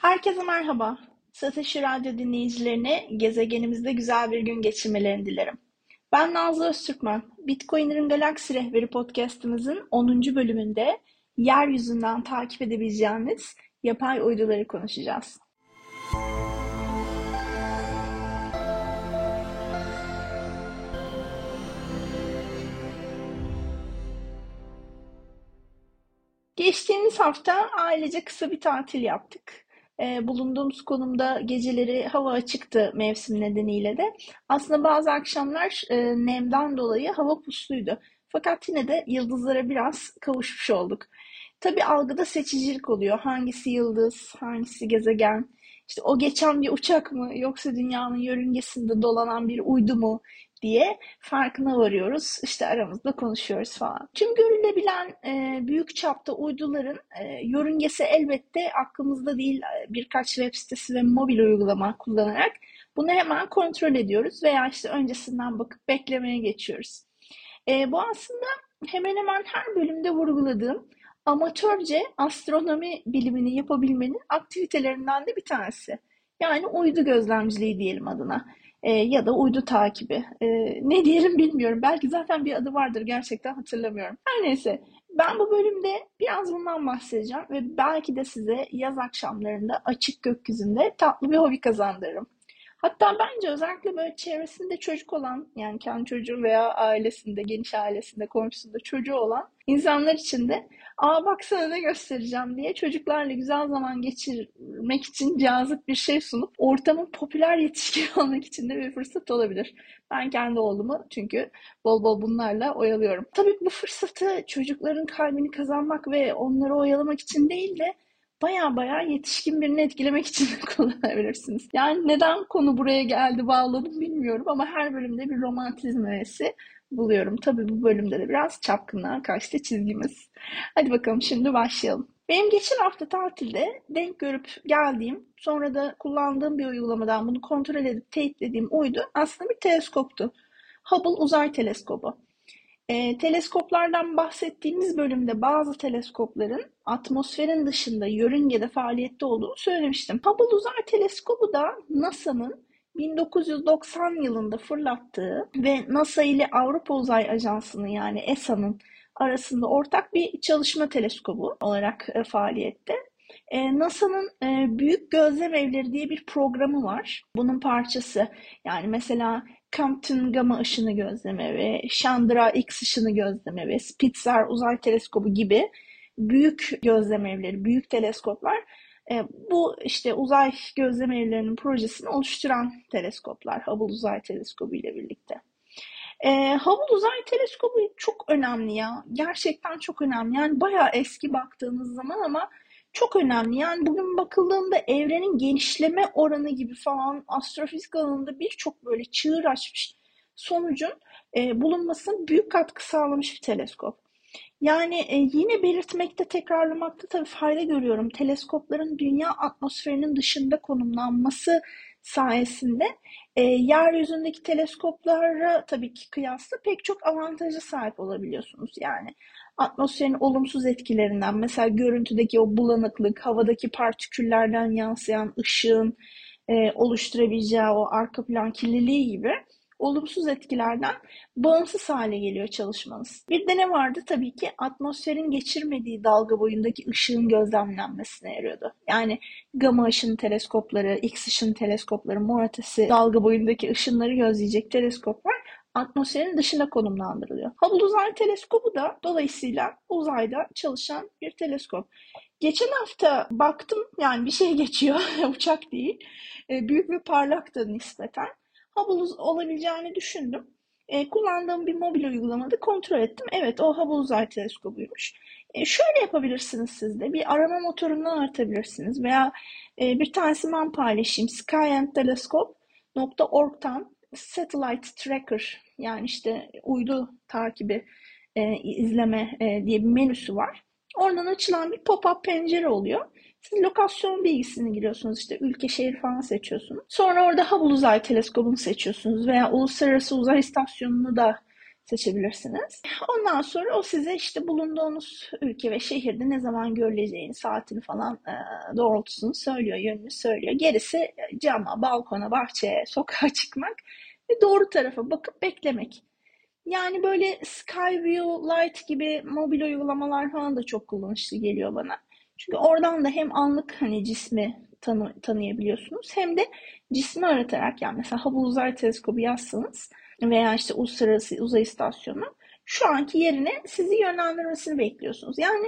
Herkese merhaba. Satışı Radyo dinleyicilerine gezegenimizde güzel bir gün geçirmelerini dilerim. Ben Nazlı Öztürkmen. Bitcoin'lerin Galaksi Rehberi podcastımızın 10. bölümünde yeryüzünden takip edebileceğiniz yapay uyduları konuşacağız. Geçtiğimiz hafta ailece kısa bir tatil yaptık. Bulunduğumuz konumda geceleri hava açıktı mevsim nedeniyle de. Aslında bazı akşamlar nemden dolayı hava pusluydu. Fakat yine de yıldızlara biraz kavuşmuş olduk. Tabii algıda seçicilik oluyor. Hangisi yıldız, hangisi gezegen? İşte o geçen bir uçak mı yoksa dünyanın yörüngesinde dolanan bir uydu mu diye farkına varıyoruz. İşte aramızda konuşuyoruz falan. Tüm görülebilen büyük çapta uyduların yörüngesi elbette aklımızda değil. Birkaç web sitesi ve mobil uygulama kullanarak bunu hemen kontrol ediyoruz veya işte öncesinden bakıp beklemeye geçiyoruz. Bu aslında hemen hemen her bölümde vurguladığım amatörce astronomi bilimini yapabilmenin aktivitelerinden de bir tanesi. Yani uydu gözlemciliği diyelim adına. Ya da uydu takibi. Ne diyelim bilmiyorum. Belki zaten bir adı vardır, gerçekten hatırlamıyorum. Her neyse, ben bu bölümde biraz bundan bahsedeceğim ve belki de size yaz akşamlarında açık gökyüzünde tatlı bir hobi kazandırırım. Hatta bence özellikle böyle çevresinde çocuk olan, yani kendi çocuğu veya ailesinde, geniş ailesinde, komşusunda çocuğu olan insanlar için de "Aa, baksana ne göstereceğim" diye çocuklarla güzel zaman geçirmek için cazip bir şey sunup ortamın popüler yetişkin olmak için de bir fırsat olabilir. Ben kendi oğlumu çünkü bol bol bunlarla oyalıyorum. Tabii bu fırsatı çocukların kalbini kazanmak ve onları oyalamak için değil de baya baya yetişkin birini etkilemek için de kullanabilirsiniz. Yani neden konu buraya geldi, bağladım bilmiyorum ama her bölümde bir romantizm öğesi buluyorum. Tabii bu bölümde de biraz çapkınlığa kaçtı çizgimiz. Hadi bakalım, şimdi başlayalım. Benim geçen hafta tatilde denk görüp geldiğim, sonra da kullandığım bir uygulamadan bunu kontrol edip teyitlediğim uydu aslında bir teleskoptu. Hubble Uzay Teleskobu. Teleskoplardan bahsettiğimiz bölümde bazı teleskopların atmosferin dışında yörüngede faaliyette olduğunu söylemiştim. Hubble Uzay Teleskobu da NASA'nın 1990 yılında fırlattığı ve NASA ile Avrupa Uzay Ajansı'nın, yani ESA'nın arasında ortak bir çalışma teleskobu olarak faaliyette. NASA'nın Büyük Gözlem Evleri diye bir programı var. Bunun parçası. Yani mesela Compton Gamma ışını gözleme ve Chandra X ışını gözleme ve Spitzer Uzay Teleskobu gibi büyük gözlem evleri, büyük teleskoplar bu işte uzay gözlem evlerinin projesini oluşturan teleskoplar, Hubble Uzay Teleskobu ile birlikte. Hubble Uzay Teleskobu çok önemli ya. Gerçekten çok önemli. Yani bayağı eski baktığınız zaman ama çok önemli. Yani bugün bakıldığında evrenin genişleme oranı gibi falan astrofizik alanında birçok böyle çığır açmış sonucun bulunmasına büyük katkı sağlamış bir teleskop. Yani yine belirtmekte, tekrarlamakta tabii fayda görüyorum. Teleskopların dünya atmosferinin dışında konumlanması sayesinde yeryüzündeki teleskoplara tabii ki kıyasla pek çok avantaja sahip olabiliyorsunuz. Yani atmosferin olumsuz etkilerinden, mesela görüntüdeki o bulanıklık, havadaki partiküllerden yansıyan ışığın oluşturabileceği o arka plan kirliliği gibi olumsuz etkilerden bağımsız hale geliyor çalışmanız. Bir de ne vardı? Tabii ki atmosferin geçirmediği dalga boyundaki ışığın gözlemlenmesine yarıyordu. Yani gamma ışın teleskopları, X ışın teleskopları, mor ötesi dalga boyundaki ışınları gözleyecek teleskoplar atmosferin dışına konumlandırılıyor. Hubble Uzay Teleskobu da dolayısıyla uzayda çalışan bir teleskop. Geçen hafta baktım, yani bir şey geçiyor, uçak değil. Büyük ve parlaktı nispeten. Hubble olabileceğini düşündüm. Kullandığım bir mobil uygulamada kontrol ettim. Evet, o Hubble Uzay Teleskobu'ymuş. Şöyle yapabilirsiniz siz de. Bir arama motorundan aratabilirsiniz. Veya bir tanesini ben paylaşayım. skyandtelescope.org'dan Satellite Tracker, yani işte uydu takibi, izleme diye bir menüsü var. Oradan açılan bir pop-up pencere oluyor. Siz lokasyon bilgisini giriyorsunuz, işte ülke, şehir falan seçiyorsunuz. Sonra orada Hubble Uzay Teleskobu'nu seçiyorsunuz veya Uluslararası Uzay İstasyonu'nu da seçebilirsiniz. Ondan sonra o size işte bulunduğunuz ülke ve şehirde ne zaman görüleceğini, saatini falan doğrultusunu söylüyor, yönünü söylüyor. Gerisi cama, balkona, bahçeye, sokağa çıkmak ve doğru tarafa bakıp beklemek. Yani böyle Skyview Lite gibi mobil uygulamalar falan da çok kullanışlı geliyor bana. Çünkü oradan da hem anlık hani cismi tanıyabiliyorsunuz hem de cismi aratarak, yani mesela Hubble Uzay Teleskobu yazsanız veya işte Uluslararası Uzay İstasyonu, şu anki yerine sizi yönlendirmesini bekliyorsunuz. Yani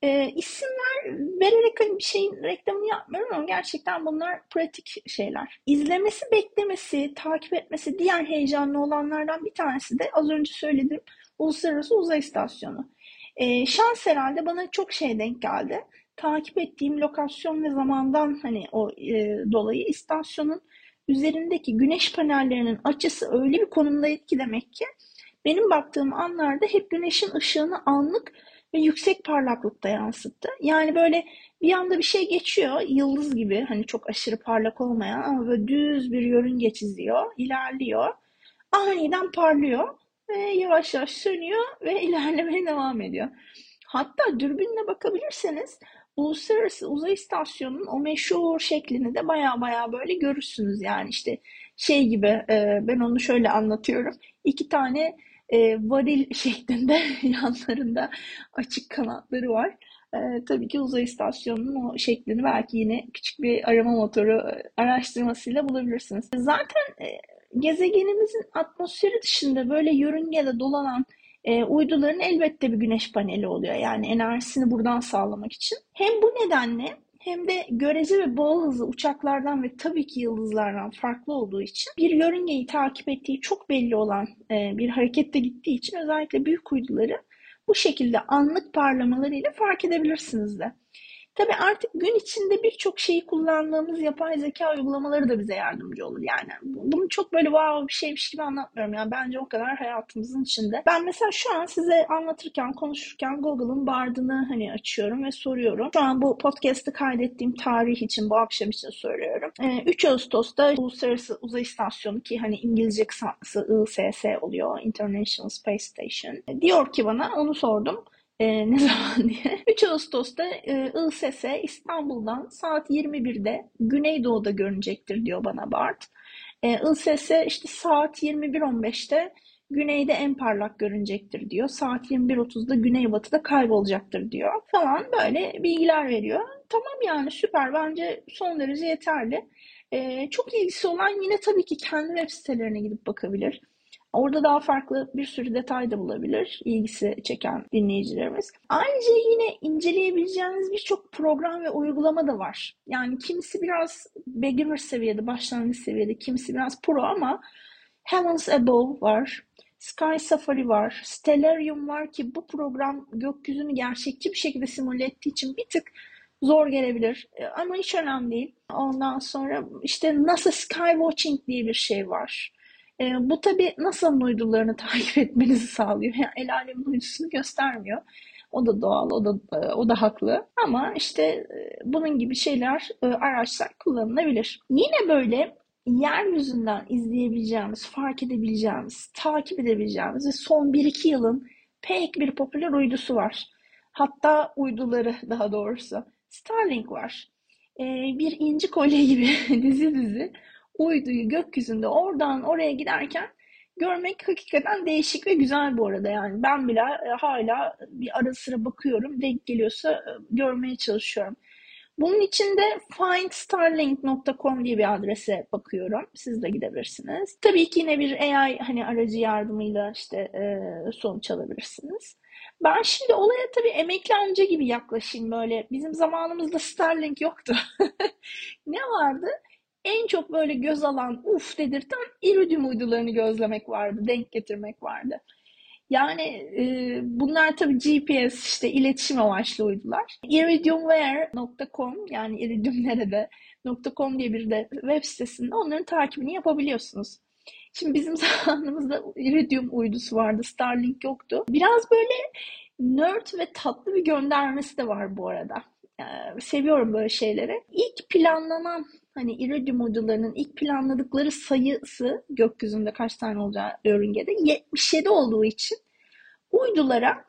isimler vererek hani bir şeyin reklamını yapmıyorum ama gerçekten bunlar pratik şeyler. İzlemesi, beklemesi, takip etmesi diğer heyecanlı olanlardan bir tanesi de az önce söylediğim Uluslararası Uzay İstasyonu. Şans herhalde bana çok şey denk geldi. Takip ettiğim lokasyon ve zamandan hani dolayı istasyonun üzerindeki güneş panellerinin açısı öyle bir konumdaydı ki demek ki benim baktığım anlarda hep güneşin ışığını anlık ve yüksek parlaklıkta yansıttı. Yani böyle bir anda bir şey geçiyor, yıldız gibi, hani çok aşırı parlak olmayan ama böyle düz bir yörünge çiziyor, ilerliyor. Aniden parlıyor ve yavaş yavaş sönüyor ve ilerlemeye devam ediyor. Hatta dürbünle bakabilirseniz Uluslararası Uzay İstasyonu'nun o meşhur şeklini de baya baya böyle görürsünüz. Yani işte şey gibi, ben onu şöyle anlatıyorum. İki tane varil şeklinde yanlarında açık kanatları var. Tabii ki uzay istasyonunun o şeklini belki yine küçük bir arama motoru araştırmasıyla bulabilirsiniz. Zaten gezegenimizin atmosferi dışında böyle yörüngede dolanan uyduların elbette bir güneş paneli oluyor. Yani enerjisini buradan sağlamak için. Hem bu nedenle hem de görece ve boğa hızı uçaklardan ve tabii ki yıldızlardan farklı olduğu için bir yörüngeyi takip ettiği çok belli olan bir harekette gittiği için özellikle büyük uyduları bu şekilde anlık parlamalarıyla fark edebilirsiniz de. Tabii artık gün içinde birçok şeyi kullandığımız yapay zeka uygulamaları da bize yardımcı olur. Yani bunu çok böyle wow bir şeymiş gibi anlatmıyorum. Yani bence o kadar hayatımızın içinde. Ben mesela şu an size anlatırken, konuşurken Google'ın Bard'ını hani açıyorum ve soruyorum. Şu an bu podcast'ı kaydettiğim tarih için, bu akşam için söylüyorum. 3 Ağustos'ta Uluslararası Uzay İstasyonu, ki hani İngilizce kısaltması ISS oluyor, International Space Station. Diyor ki bana, onu sordum. Ne zaman diye. 3 Ağustos'ta ISS İstanbul'dan saat 21'de Güneydoğu'da görünecektir diyor bana Bart. ISS işte saat 21.15'te güneyde en parlak görünecektir diyor. Saat 21.30'da güneybatıda kaybolacaktır diyor. Falan böyle bilgiler veriyor. Tamam, yani süper, bence son derece yeterli. Çok ilgisi olan yine tabii ki kendi web sitelerine gidip bakabilir. Orada daha farklı bir sürü detay da bulabilir ilgisi çeken dinleyicilerimiz. Ayrıca yine inceleyebileceğiniz birçok program ve uygulama da var. Yani kimisi biraz beginner seviyede, başlangıç seviyede, kimisi biraz pro ama Heavens Above var. Sky Safari var. Stellarium var ki bu program gökyüzünü gerçekçi bir şekilde simüle ettiği için bir tık zor gelebilir. Ama hiç önemli değil. Ondan sonra işte NASA Skywatching diye bir şey var. Bu tabii NASA'nın uydularını takip etmenizi sağlıyor. Yani el alemin uydusunu göstermiyor. O da doğal, o da haklı. Ama işte bunun gibi şeyler, araçlar kullanılabilir. Yine böyle yeryüzünden izleyebileceğimiz, fark edebileceğimiz, takip edebileceğimiz ve son 1-2 yılın pek bir popüler uydusu var. Hatta uyduları, daha doğrusu. Starlink var. Bir inci kolye gibi dizi dizi uyduyu gökyüzünde oradan oraya giderken görmek hakikaten değişik ve güzel bu arada. Yani ben bile hala bir ara sıra bakıyorum, denk geliyorsa görmeye çalışıyorum. Bunun için de findstarlink.com diye bir adrese bakıyorum. Siz de gidebilirsiniz. Tabii ki yine bir AI hani aracı yardımıyla işte sonuç alabilirsiniz. Ben şimdi olaya tabii emekli amca gibi yaklaşayım böyle. Bizim zamanımızda Starlink yoktu. Ne vardı? En çok böyle göz alan, uf dedirten iridium uydularını gözlemek vardı, denk getirmek vardı. Yani bunlar tabii GPS, işte iletişim amaçlı uydular. Iridiumware.com, yani iridium nerede.com diye bir de web sitesinde onların takibini yapabiliyorsunuz. Şimdi bizim zamanımızda Iridium uydusu vardı, Starlink yoktu. Biraz böyle nerd ve tatlı bir göndermesi de var bu arada. Seviyorum böyle şeyleri. İlk planlanan hani iridium uydularının ilk planladıkları sayısı gökyüzünde kaç tane olacağı yörüngede 77 olduğu için uydulara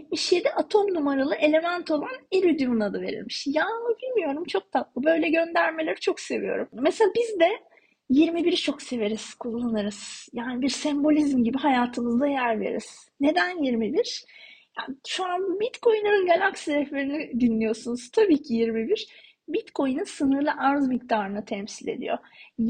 77 atom numaralı element olan iridium adı verilmiş. Ya bilmiyorum, çok tatlı. Böyle göndermeleri çok seviyorum. Mesela biz de 21'i çok severiz, kullanırız. Yani bir sembolizm gibi hayatımızda yer veririz. Neden 21? Yani şu an Bitcoin'in galaksi rehberini dinliyorsunuz. Tabii ki 21. Bitcoin'in sınırlı arz miktarını temsil ediyor.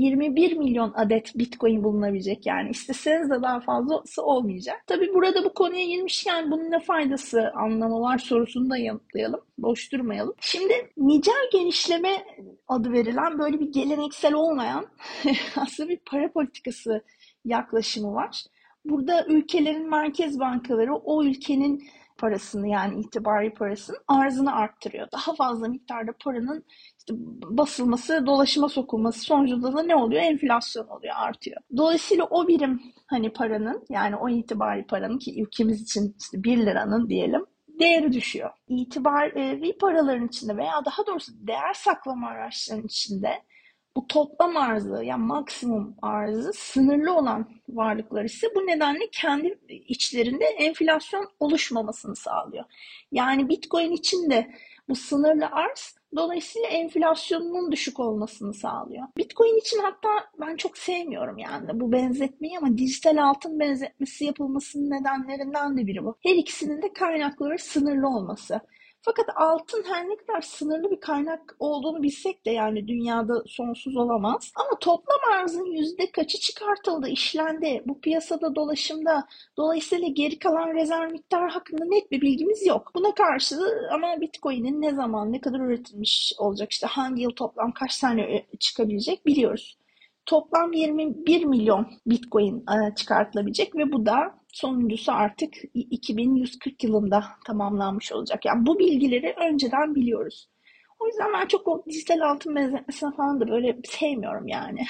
21 milyon adet Bitcoin bulunabilecek, yani isteseniz de daha fazlası olmayacak. Tabii burada bu konuya girmişken bunun ne faydası, anlamı var sorusunu da yanıtlayalım. Boş durmayalım. Şimdi nicel genişleme adı verilen böyle bir geleneksel olmayan aslında bir para politikası yaklaşımı var. Burada ülkelerin merkez bankaları o ülkenin parasını, yani itibari parasının arzını arttırıyor. Daha fazla miktarda paranın işte basılması, dolaşıma sokulması sonucunda da ne oluyor? Enflasyon oluyor, artıyor. Dolayısıyla o birim hani paranın, yani o itibari paranın, ki ülkemiz için işte 1 liranın diyelim, değeri düşüyor. İtibari paraların içinde veya daha doğrusu değer saklama araçlarının içinde bu toplam arzı, yani maksimum arzı sınırlı olan varlıklar ise bu nedenle kendi içlerinde enflasyon oluşmamasını sağlıyor. Yani Bitcoin için de bu sınırlı arz dolayısıyla enflasyonun düşük olmasını sağlıyor. Bitcoin için hatta ben çok sevmiyorum yani bu benzetmeyi, ama dijital altın benzetmesi yapılmasının nedenlerinden de biri bu. Her ikisinin de kaynakları sınırlı olması. Fakat altın her ne kadar sınırlı bir kaynak olduğunu bilsek de, yani dünyada sonsuz olamaz. Ama toplam arzın yüzde kaçı çıkartıldı, işlendi, bu piyasada dolaşımda. Dolayısıyla geri kalan rezerv miktarı hakkında net bir bilgimiz yok. Buna karşı ama Bitcoin'in ne zaman, ne kadar üretilmiş olacak, işte hangi yıl toplam kaç tane çıkabilecek biliyoruz. Toplam 21 milyon Bitcoin çıkartılabilecek ve bu da sonuncusu artık 2140 yılında tamamlanmış olacak. Yani bu bilgileri önceden biliyoruz. O yüzden ben çok o dijital altın benzetmesine falan da böyle sevmiyorum yani.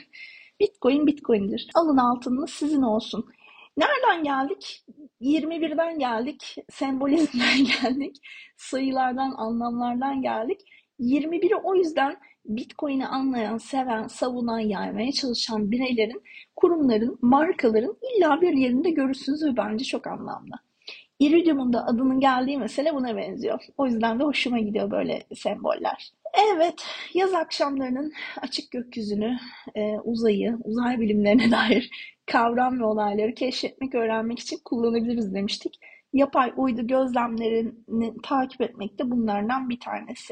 Bitcoin Bitcoin'dir. Alın altınınız sizin olsun. Nereden geldik? 21'den geldik, sembolizmden geldik, sayılardan, anlamlardan geldik. 21'i o yüzden Bitcoin'i anlayan, seven, savunan, yaymaya çalışan bireylerin, kurumların, markaların illa bir yerinde görürsünüz ve bence çok anlamlı. Iridium'un da adının geldiği mesele buna benziyor. O yüzden de hoşuma gidiyor böyle semboller. Evet, yaz akşamlarının açık gökyüzünü, uzayı, uzay bilimlerine dair kavram ve olayları keşfetmek, öğrenmek için kullanabiliriz demiştik. Yapay uydu gözlemlerini takip etmek de bunlardan bir tanesi.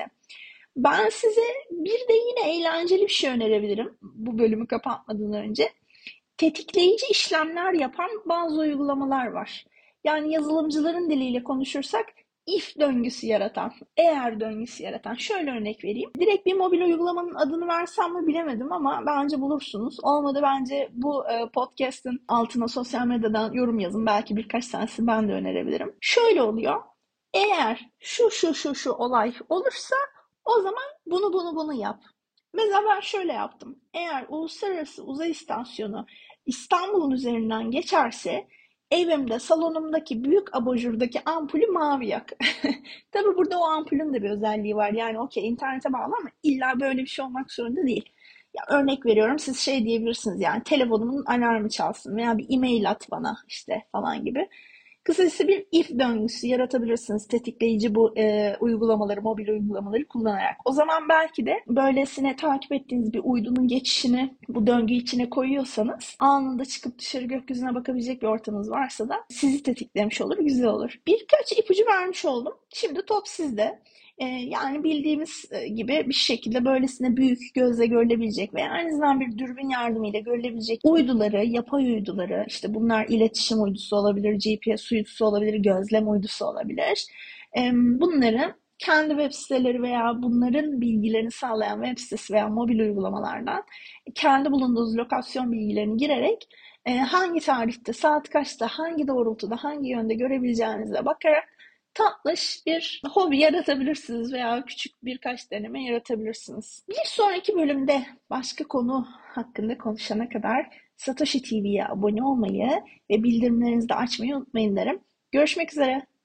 Ben size bir de yine eğlenceli bir şey önerebilirim bu bölümü kapatmadan önce. Tetikleyici işlemler yapan bazı uygulamalar var. Yani yazılımcıların diliyle konuşursak if döngüsü yaratan, eğer döngüsü yaratan. Şöyle örnek vereyim. Direkt bir mobil uygulamanın adını versem mi bilemedim ama bence bulursunuz. Olmadı bence bu podcast'ın altına sosyal medyadan yorum yazın. Belki birkaç tanesini ben de önerebilirim. Şöyle oluyor. Eğer şu olay olursa o zaman bunu yap. Mesela ben şöyle yaptım. Eğer Uluslararası Uzay İstasyonu İstanbul'un üzerinden geçerse evimde salonumdaki büyük abajurdaki ampulü mavi yak. Tabii burada o ampulün de bir özelliği var. Yani okey, internete bağlı ama illa böyle bir şey olmak zorunda değil. Ya örnek veriyorum, siz şey diyebilirsiniz, yani telefonumun alarmı çalsın veya bir e-mail at bana işte falan gibi. Kısacası bir if döngüsü yaratabilirsiniz tetikleyici bu uygulamaları, mobil uygulamaları kullanarak. O zaman belki de böylesine takip ettiğiniz bir uydunun geçişini bu döngü içine koyuyorsanız, anında çıkıp dışarı gökyüzüne bakabilecek bir ortamınız varsa da sizi tetiklemiş olur, güzel olur. Birkaç ipucu vermiş oldum. Şimdi top sizde. Yani bildiğimiz gibi bir şekilde böylesine büyük, gözle görülebilecek veya en azından bir dürbün yardımıyla görülebilecek uyduları, yapay uyduları, işte bunlar iletişim uydusu olabilir, GPS uydusu olabilir, gözlem uydusu olabilir. Bunları kendi web siteleri veya bunların bilgilerini sağlayan web sitesi veya mobil uygulamalardan kendi bulunduğunuz lokasyon bilgilerini girerek hangi tarihte, saat kaçta, hangi doğrultuda, hangi yönde görebileceğinize bakarak tatlış bir hobi yaratabilirsiniz veya küçük birkaç deneme yaratabilirsiniz. Bir sonraki bölümde başka konu hakkında konuşana kadar Satoshi TV'ye abone olmayı ve bildirimlerinizi de açmayı unutmayın derim. Görüşmek üzere.